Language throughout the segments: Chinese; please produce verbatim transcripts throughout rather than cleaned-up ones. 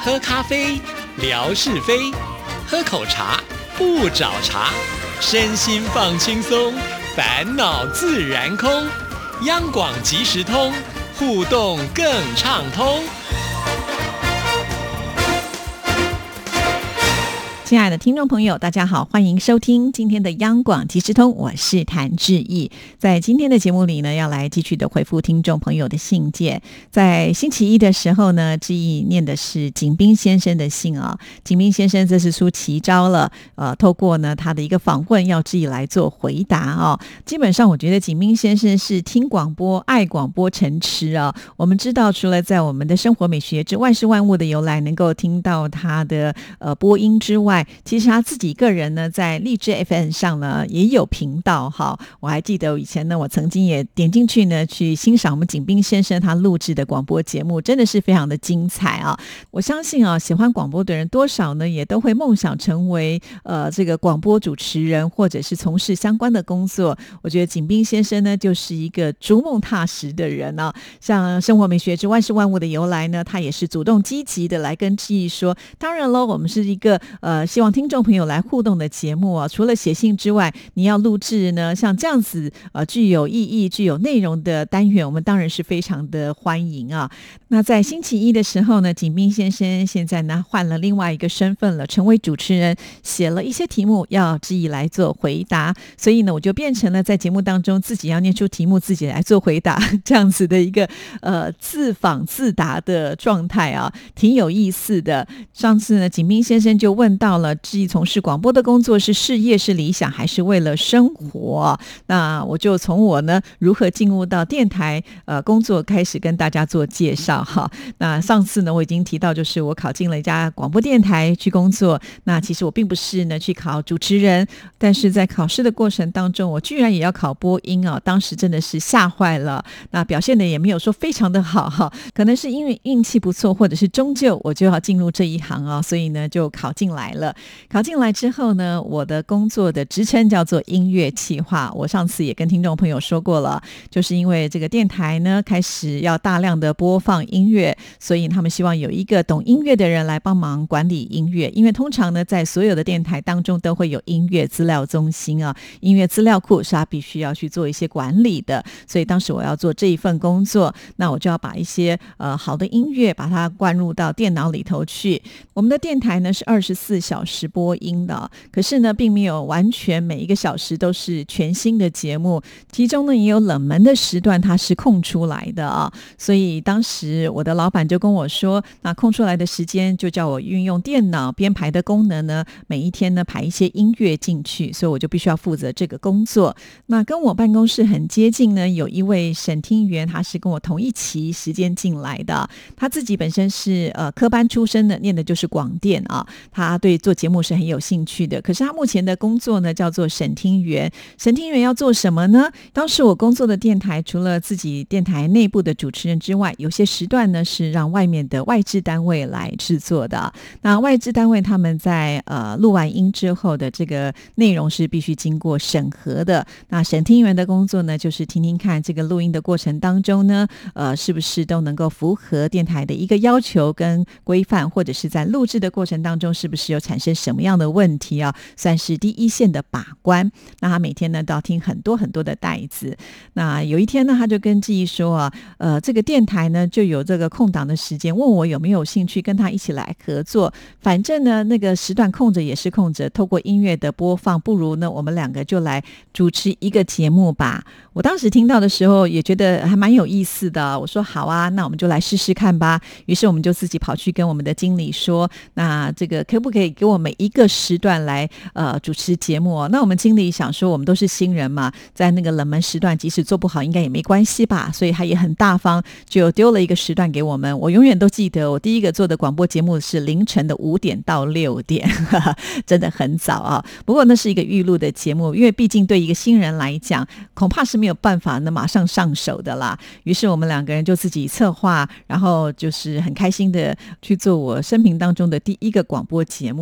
喝咖啡，聊是非；喝口茶，不找茬。身心放轻松，烦恼自然空。央广即时通，互动更畅通。 亲爱的听众朋友，大家好，欢迎收听今天的央广即时通，我是谭志毅。在今天的节目里呢，要来继续的回复听众朋友的信件。在星期一的时候呢，志毅念的是景斌先生的信啊。景斌先生这次出奇招了，呃，透过呢他的一个访问，要志毅来做回答啊。基本上我觉得景斌先生是听广播、爱广播成痴啊。我们知道，除了在我们的生活美学之万事万物的由来能够听到他的呃播音之外，其实他自己个人呢，在荔枝 F M 上呢也有频道哈。我还记得以前呢，我曾经也点进去呢，去欣赏我们景斌先生他录制的广播节目，真的是非常的精彩啊！我相信啊，喜欢广播的人多少呢，也都会梦想成为呃这个广播主持人，或者是从事相关的工作。我觉得景斌先生呢，就是一个逐梦踏实的人啊。像生活美学之万事万物的由来呢，他也是主动积极的来跟志毅说，当然咯，我们是一个呃。希望听众朋友来互动的节目啊，除了写信之外，你要录制呢像这样子呃具有意义、具有内容的单元，我们当然是非常的欢迎啊。那在星期一的时候呢，景斌先生现在呢换了另外一个身份了，成为主持人，写了一些题目要志毅来做回答，所以呢我就变成了在节目当中自己要念出题目，自己来做回答这样子的一个呃自访自答的状态啊，挺有意思的。上次呢，景斌先生就问到了志毅从事广播的工作是事业是理想还是为了生活，那我就从我呢如何进入到电台呃工作开始跟大家做介绍哈。那上次呢我已经提到，就是我考进了一家广播电台去工作，那其实我并不是呢去考主持人，但是在考试的过程当中，我居然也要考播音啊，当时真的是吓坏了，那表现的也没有说非常的好哈，可能是因为运气不错，或者是终究我就要进入这一行啊，所以呢就考进来了。考进来之后呢，我的工作的职称叫做音乐企划。我上次也跟听众朋友说过了，就是因为这个电台呢开始要大量的播放音乐，所以他们希望有一个懂音乐的人来帮忙管理音乐。因为通常呢，在所有的电台当中都会有音乐资料中心啊，音乐资料库是他必须要去做一些管理的。所以当时我要做这一份工作，那我就要把一些呃好的音乐把它灌入到电脑里头去。我们的电台呢是二十四小时播音的，可是呢并没有完全每一个小时都是全新的节目，其中呢也有冷门的时段它是空出来的啊。所以当时我的老板就跟我说，那空出来的时间就叫我运用电脑编排的功能呢，每一天呢排一些音乐进去，所以我就必须要负责这个工作。那跟我办公室很接近呢，有一位审听员，他是跟我同一期时间进来的，他自己本身是呃科班出身的，念的就是广电啊，他对做节目是很有兴趣的。可是他目前的工作呢叫做审听员。审听员要做什么呢？当时我工作的电台除了自己电台内部的主持人之外，有些时段呢是让外面的外制单位来制作的。那外制单位他们在呃录完音之后的这个内容是必须经过审核的。那审听员的工作呢，就是听听看这个录音的过程当中呢，呃是不是都能够符合电台的一个要求跟规范，或者是在录制的过程当中是不是有产生什么样的问题啊，算是第一线的把关。那他每天呢都要听很多很多的带子。那有一天呢，他就跟志毅说啊，呃，这个电台呢就有这个空档的时间，问我有没有兴趣跟他一起来合作。反正呢那个时段空着也是空着，透过音乐的播放，不如呢我们两个就来主持一个节目吧。我当时听到的时候也觉得还蛮有意思的，我说好啊，那我们就来试试看吧。于是我们就自己跑去跟我们的经理说，那这个可不可以给我每一个时段来呃主持节目哦？那我们经理想说，我们都是新人嘛，在那个冷门时段即使做不好应该也没关系吧，所以他也很大方，就丢了一个时段给我们。我永远都记得我第一个做的广播节目是凌晨的五点到六点真的很早啊。不过那是一个预录的节目，因为毕竟对一个新人来讲恐怕是没有办法那马上上手的啦。于是我们两个人就自己策划，然后就是很开心的去做我生平当中的第一个广播节目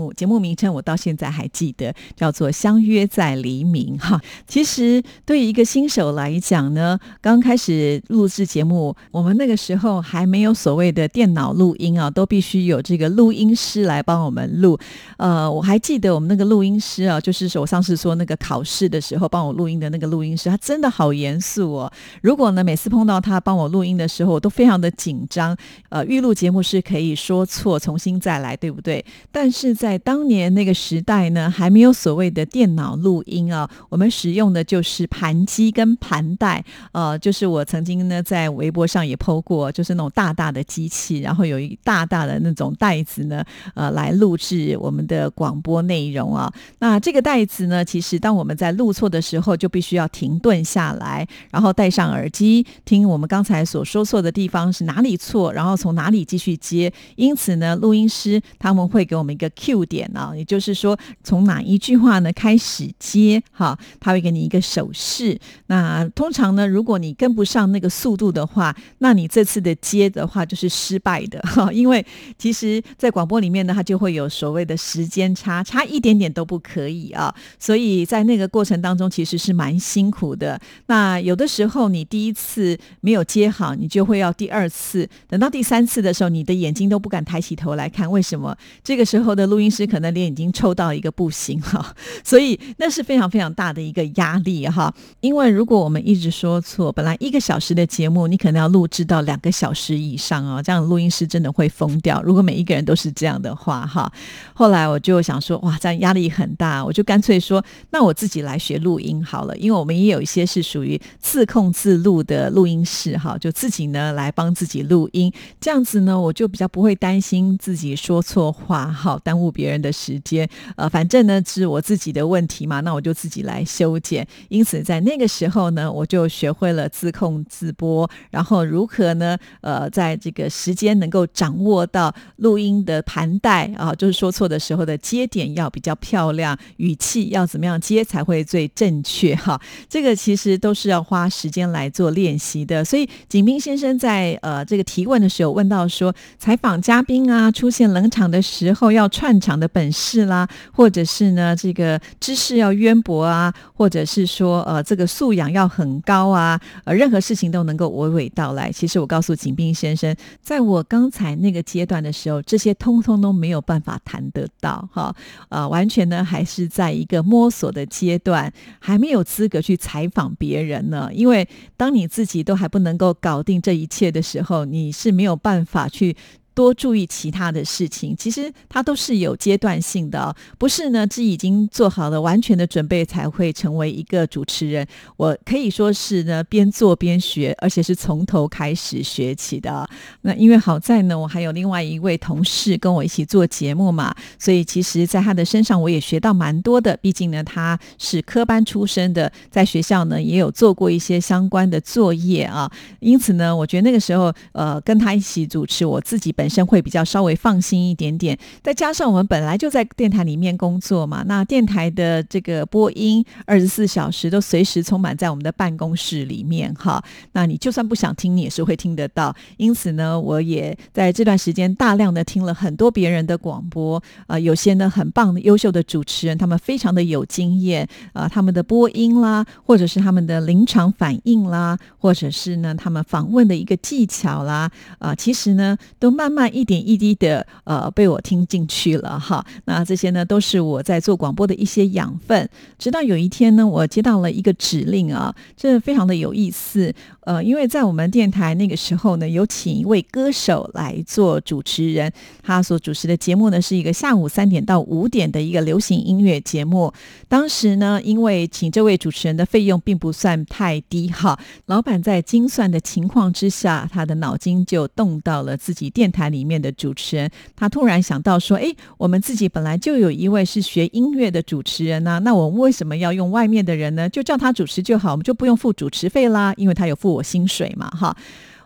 目，节目名称我到现在还记得，叫做相约在黎明哈。其实对于一个新手来讲呢，刚开始录制节目，我们那个时候还没有所谓的电脑录音啊，都必须有这个录音师来帮我们录。呃，我还记得我们那个录音师啊，就是我上次说那个考试的时候帮我录音的那个录音师，他真的好严肃哦。如果呢每次碰到他帮我录音的时候，我都非常的紧张。呃，预录节目是可以说错重新再来，对不对？但是在当年那个时代呢，还没有所谓的电脑录音啊，我们使用的就是盘机跟盘带。呃，就是我曾经呢在微博上也 po 过，就是那种大大的机器，然后有一大大的那种袋子呢，呃，来录制我们的广播内容啊。那这个袋子呢，其实当我们在录错的时候，就必须要停顿下来，然后戴上耳机，听我们刚才所说错的地方是哪里错，然后从哪里继续接。因此呢，录音师他们会给我们一个 Q 点啊，也就是说从哪一句话呢开始接哈，他会给你一个手势。那通常呢，如果你跟不上那个速度的话，那你这次的接的话就是失败的哈，因为其实在广播里面呢，它就会有所谓的时间差，差一点点都不可以啊，所以在那个过程当中其实是蛮辛苦的。那有的时候你第一次没有接好，你就会要第二次，等到第三次的时候，你的眼睛都不敢抬起头来看，为什么？这个时候的录音师可能脸已经臭到一个不行哈，所以那是非常非常大的一个压力哈。因为如果我们一直说错，本来一个小时的节目，你可能要录制到两个小时以上哦，这样录音师真的会疯掉。如果每一个人都是这样的话哈，后来我就想说，哇，这样压力很大，我就干脆说，那我自己来学录音好了，因为我们也有一些是属于自控自录的录音室哈，就自己呢来帮自己录音，这样子呢，我就比较不会担心自己说错话哈，耽误别人的时间。呃，反正呢是我自己的问题嘛，那我就自己来修剪。因此在那个时候呢，我就学会了自控自播，然后如何呢，呃，在这个时间能够掌握到录音的盘带啊，就是说错的时候的接点要比较漂亮，语气要怎么样接才会最正确哈。这个其实都是要花时间来做练习的。所以景斌先生在呃这个提问的时候问到说，采访嘉宾啊出现冷场的时候要串场的本事啦，或者是呢这个知识要渊博啊，或者是说呃这个素养要很高啊，呃任何事情都能够娓娓道来。其实我告诉景斌先生，在我刚才那个阶段的时候，这些通通都没有办法谈得到哈，呃完全呢还是在一个摸索的阶段，还没有资格去采访别人呢。因为当你自己都还不能够搞定这一切的时候，你是没有办法去多注意其他的事情，其实它都是有阶段性的哦，不是呢自己已经做好了完全的准备才会成为一个主持人。我可以说是呢边做边学，而且是从头开始学起的哦。那因为好在呢我还有另外一位同事跟我一起做节目嘛，所以其实在他的身上我也学到蛮多的，毕竟呢他是科班出身的，在学校呢也有做过一些相关的作业啊，因此呢我觉得那个时候呃跟他一起主持，我自己本本身会比较稍微放心一点点，再加上我们本来就在电台里面工作嘛，那电台的这个播音二十四小时都随时充满在我们的办公室里面哈，那你就算不想听你也是会听得到。因此呢我也在这段时间大量的听了很多别人的广播，呃，有些呢很棒的优秀的主持人，他们非常的有经验，呃，他们的播音啦，或者是他们的临场反应啦，或者是呢他们访问的一个技巧啦，呃，其实呢都慢慢慢一点一滴的呃被我听进去了哈。那这些呢都是我在做广播的一些养分。直到有一天呢，我接到了一个指令啊，这非常的有意思。呃，因为在我们电台那个时候呢，有请一位歌手来做主持人，他所主持的节目呢是一个下午三点到五点的一个流行音乐节目。当时呢，因为请这位主持人的费用并不算太低哈，老板在精算的情况之下，他的脑筋就动到了自己电台里面的主持人。他突然想到说，诶，我们自己本来就有一位是学音乐的主持人啊，那我们为什么要用外面的人呢？就叫他主持就好，我们就不用付主持费啦，因为他有付我薪水嘛哈。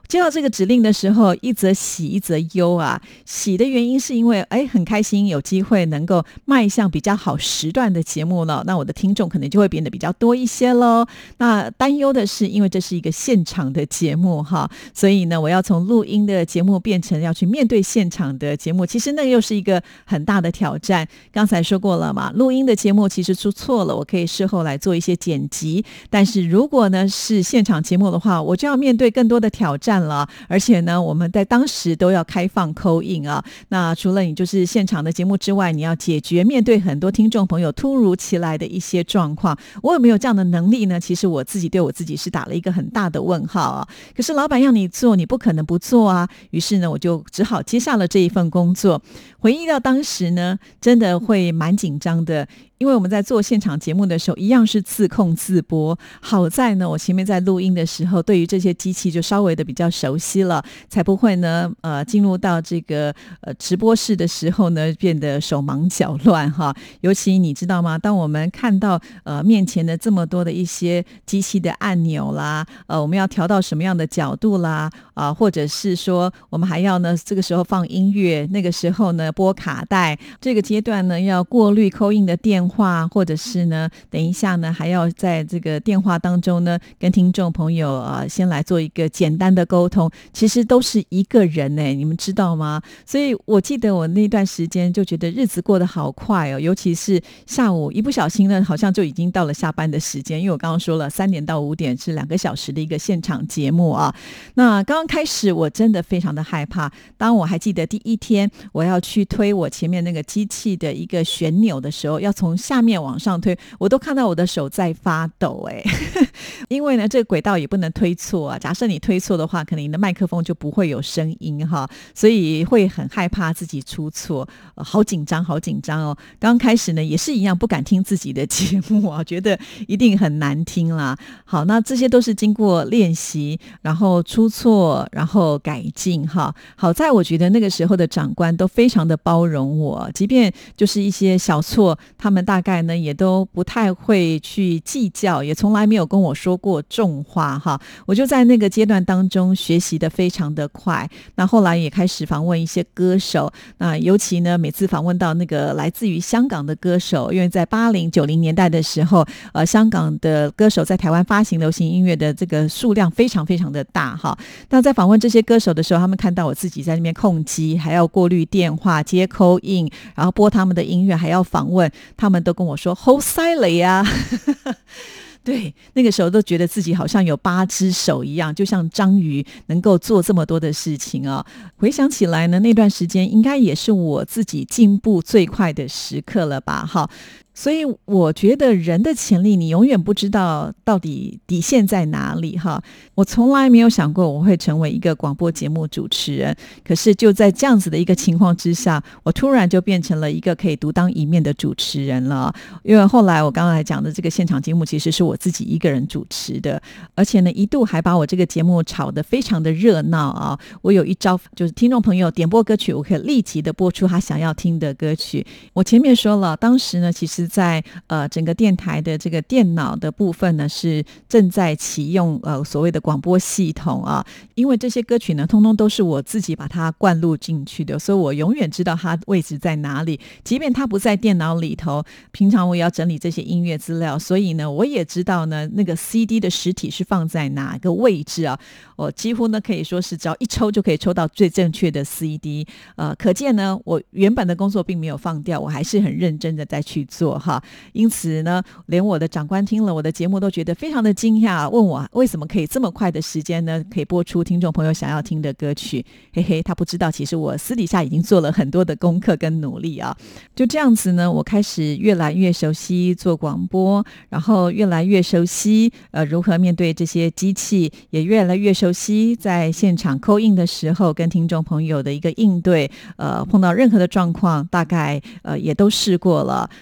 接到这个指令的时候，一则喜一则忧啊。喜的原因是因为哎很开心有机会能够迈向比较好时段的节目了，那我的听众可能就会变得比较多一些咯。那担忧的是因为这是一个现场的节目哈，所以呢我要从录音的节目变成要去面对现场的节目，其实那又是一个很大的挑战。刚才说过了嘛，录音的节目其实出错了我可以事后来做一些剪辑，但是如果呢是现场节目的话，我就要面对更多的挑战了，而且呢我们在当时都要开放 call in 啊，那除了你就是现场的节目之外，你要解决面对很多听众朋友突如其来的一些状况，我有没有这样的能力呢？其实我自己对我自己是打了一个很大的问号啊。可是老板要你做，你不可能不做啊，于是呢我就只好接下了这一份工作。回忆到当时呢真的会蛮紧张的，因为我们在做现场节目的时候一样是自控自播，好在呢我前面在录音的时候对于这些机器就稍微的比较熟悉了，才不会呢呃进入到这个呃直播室的时候呢变得手忙脚乱哈。尤其你知道吗，当我们看到呃面前的这么多的一些机器的按钮啦，呃我们要调到什么样的角度啦啊、呃，或者是说我们还要呢这个时候放音乐，那个时候呢播卡带，这个阶段呢要过滤 call in 的电话，或者是呢等一下呢还要在这个电话当中呢跟听众朋友呃先来做一个简单的沟通，其实都是一个人呢，你们知道吗？所以我记得我那段时间就觉得日子过得好快哦，尤其是下午一不小心呢好像就已经到了下班的时间，因为我刚刚说了三点到五点是两个小时的一个现场节目啊。那刚刚开始我真的非常的害怕，当我还记得第一天我要去推我前面那个机器的一个旋钮的时候，要从下面往上推，我都看到我的手在发抖哎，因为呢这个轨道也不能推错啊，假设你推错的话可能你的麦克风就不会有声音哈，所以会很害怕自己出错、呃、好紧张好紧张哦。刚开始呢也是一样不敢听自己的节目啊，觉得一定很难听啦。好，那这些都是经过练习，然后出错然后改进哈。好在我觉得那个时候的长官都非常的包容我，即便就是一些小错他们大概呢也都不太会去计较，也从来没有跟我说过重话哈。我就在那个阶段当中学习的非常的快，那后来也开始访问一些歌手，那尤其呢每次访问到那个来自于香港的歌手，因为在八零九零年代的时候呃，香港的歌手在台湾发行流行音乐的这个数量非常非常的大哈。那在访问这些歌手的时候，他们看到我自己在那边控机，还要过滤电话接 call in， 然后播他们的音乐，还要访问，他们都跟我说好犀利啊对，那个时候都觉得自己好像有八只手一样，就像章鱼能够做这么多的事情啊。回想起来呢，那段时间应该也是我自己进步最快的时刻了吧哈。所以我觉得人的潜力你永远不知道到底底线在哪里哈。我从来没有想过我会成为一个广播节目主持人，可是就在这样子的一个情况之下，我突然就变成了一个可以独当一面的主持人了。因为后来我刚才讲的这个现场节目其实是我自己一个人主持的，而且呢一度还把我这个节目炒得非常的热闹啊。我有一招就是听众朋友点播歌曲，我可以立即的播出他想要听的歌曲。我前面说了，当时呢其实在呃整个电台的这个电脑的部分呢是正在启用呃所谓的广播系统啊，因为这些歌曲呢通通都是我自己把它灌录进去的，所以我永远知道它位置在哪里，即便它不在电脑里头，平常我也要整理这些音乐资料，所以呢我也知道呢那个 C D 的实体是放在哪个位置啊，我几乎呢可以说是只要一抽就可以抽到最正确的 C D， 呃，可见呢我原本的工作并没有放掉，我还是很认真的在去做哈。因此呢连我的长官听了我的节目都觉得非常的惊讶，问我为什么可以这么快的时间呢可以播出听众朋友想要听的歌曲。嘿嘿，他不知道其实我私底下已经做了很多的功课跟努力啊。就这样子呢我开始越来越熟悉做广播，然后越来越熟悉呃如何面对这些机器，也越来越熟悉在现场 call in 的时候跟听众朋友的一个应对，呃碰到任何的状况大概呃也都试过了。每天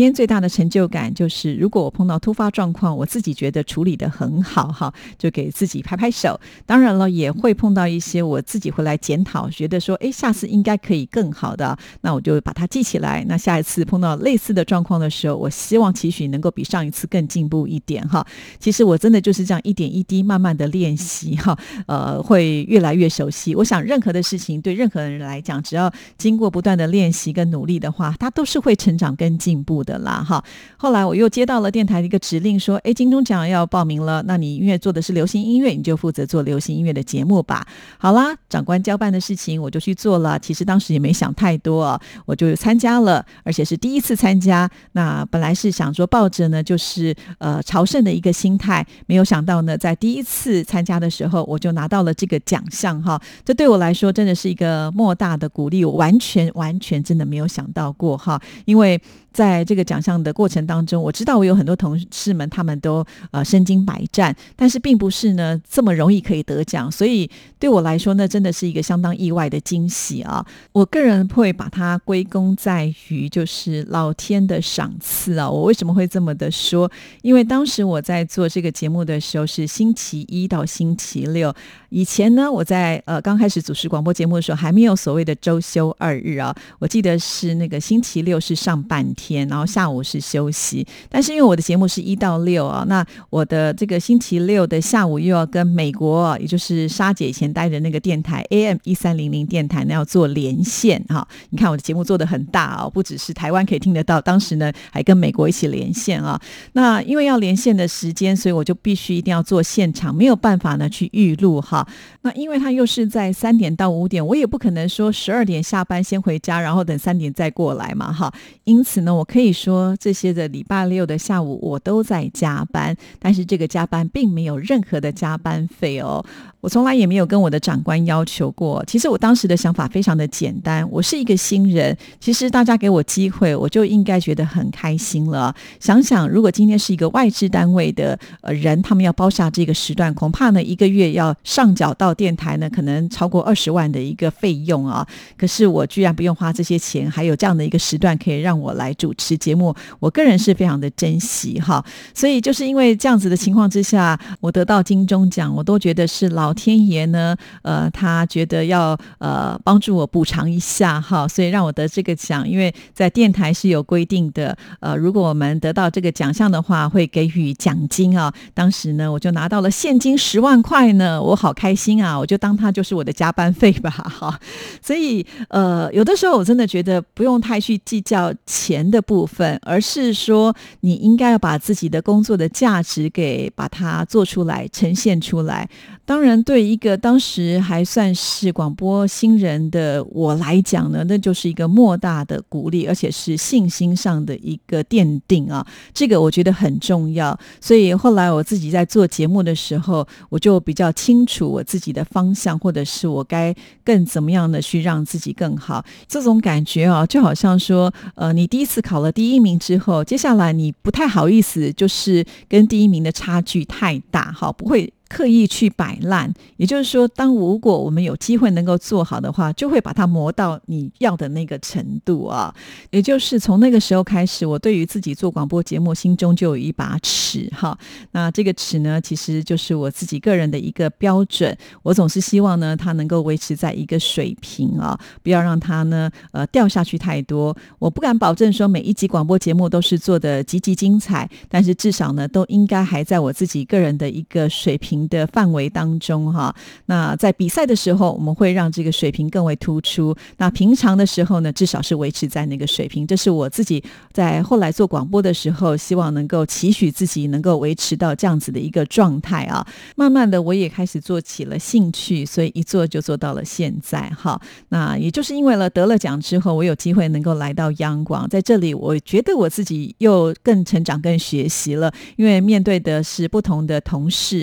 天最大的成就感就是如果我碰到突发状况，我自己觉得处理得很好哈，就给自己拍拍手。当然了，也会碰到一些我自己回来检讨，觉得说诶下次应该可以更好的，那我就把它记起来，那下一次碰到类似的状况的时候，我希望期许能够比上一次更进步一点哈。其实我真的就是这样一点一滴慢慢的练习哈，呃，会越来越熟悉。我想任何的事情对任何人来讲，只要经过不断的练习跟努力的话，它都是会成长跟进步的啦哈。后来我又接到了电台的一个指令说，诶金钟奖要报名了，那你因为做的是流行音乐，你就负责做流行音乐的节目吧。好啦，长官交办的事情我就去做了，其实当时也没想太多啊，我就参加了，而且是第一次参加。那本来是想说抱着呢就是呃朝圣的一个心态，没有想到呢在第一次参加的时候我就拿到了这个奖项哈，这对我来说真的是一个莫大的鼓励，我完全完全真的没有想到过哈。因为在这个奖项的过程当中，我知道我有很多同事们他们都呃身经百战，但是并不是呢这么容易可以得奖，所以对我来说呢真的是一个相当意外的惊喜啊。我个人会把它归功在于就是老天的赏赐啊。我为什么会这么的说？因为当时我在做这个节目的时候是星期一到星期六，以前呢我在呃刚开始主持广播节目的时候还没有所谓的周休二日啊，我记得是那个星期六是上半天，然后下午是休息。但是因为我的节目是一到六啊，那我的这个星期六的下午又要跟美国、啊、也就是莎姐以前待的那个电台 A M 一三零零 电台呢要做连线哈。你看我的节目做得很大啊，不只是台湾可以听得到，当时呢还跟美国一起连线啊。那因为要连线的时间，所以我就必须一定要做现场，没有办法呢去预录哈。那因为它又是在三点到五点，我也不可能说十二点下班先回家，然后等三点再过来嘛哈。因此呢，我可以说这些的礼拜六的下午我都在加班，但是这个加班并没有任何的加班费哦。我从来也没有跟我的长官要求过，其实我当时的想法非常的简单，我是一个新人，其实大家给我机会我就应该觉得很开心了。想想如果今天是一个外资单位的呃人，他们要包下这个时段，恐怕呢一个月要上缴到电台呢可能超过二十万的一个费用啊。可是我居然不用花这些钱，还有这样的一个时段可以让我来主持节目，我个人是非常的珍惜哈。所以就是因为这样子的情况之下，我得到金钟奖，我都觉得是老天爷呢呃，他觉得要呃帮助我补偿一下哈，所以让我得这个奖。因为在电台是有规定的，呃，如果我们得到这个奖项的话会给予奖金啊。当时呢我就拿到了现金十万块呢，我好开心啊，我就当它就是我的加班费吧哈。所以呃有的时候我真的觉得不用太去计较钱的部分，而是说你应该要把自己的工作的价值给把它做出来呈现出来。当然对一个当时还算是广播新人的我来讲呢，那就是一个莫大的鼓励，而且是信心上的一个奠定啊，这个我觉得很重要。所以后来我自己在做节目的时候，我就比较清楚我自己的方向，或者是我该更怎么样的去让自己更好。这种感觉啊，就好像说呃，你第一次考了第一名之后，接下来你不太好意思就是跟第一名的差距太大哈，不会刻意去摆烂。也就是说，当如果我们有机会能够做好的话，就会把它磨到你要的那个程度啊。也就是从那个时候开始，我对于自己做广播节目心中就有一把尺哈。那这个尺呢，其实就是我自己个人的一个标准，我总是希望呢它能够维持在一个水平啊，不要让它呢呃掉下去太多。我不敢保证说每一集广播节目都是做的极其精彩，但是至少呢都应该还在我自己个人的一个水平的范围当中哈。那在比赛的时候我们会让这个水平更为突出，那平常的时候呢至少是维持在那个水平，这是我自己在后来做广播的时候希望能够期许自己能够维持到这样子的一个状态啊。慢慢的我也开始做起了兴趣，所以一做就做到了现在哈。那也就是因为了得了奖之后，我有机会能够来到央广，在这里我觉得我自己又更成长更学习了，因为面对的是不同的同事，我想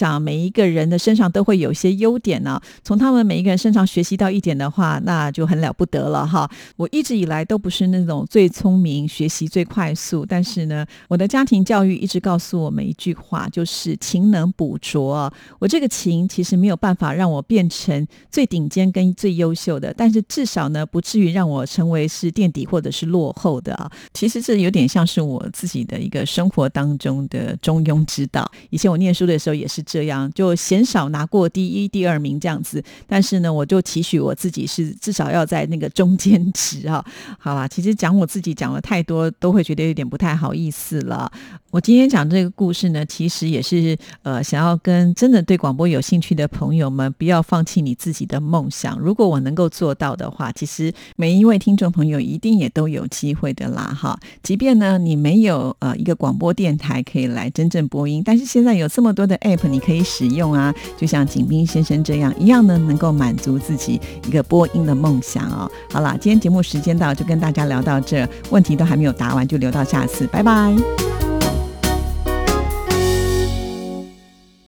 想每一个人的身上都会有一些优点呢、啊，从他们每一个人身上学习到一点的话，那就很了不得了哈。我一直以来都不是那种最聪明、学习最快速，但是呢，我的家庭教育一直告诉我们一句话，就是勤能补拙。我这个勤其实没有办法让我变成最顶尖跟最优秀的，但是至少呢，不至于让我成为是垫底或者是落后的啊。其实这有点像是我自己的一个生活当中的中庸之道。以前我念书的时候也是这样，就鲜少拿过第一、第二名这样子，但是呢，我就期许我自己是至少要在那个中间值啊。好啦，其实讲我自己讲了太多，都会觉得有点不太好意思了。我今天讲这个故事呢，其实也是呃想要跟真的对广播有兴趣的朋友们，不要放弃你自己的梦想。如果我能够做到的话，其实每一位听众朋友一定也都有机会的啦哈。即便呢你没有呃一个广播电台可以来真正播音，但是现在有这么多的 app 你可以使用啊，就像景斌先生这样一样呢，能够满足自己一个播音的梦想哦。好啦，今天节目时间到，就跟大家聊到这，问题都还没有答完，就留到下次，拜拜。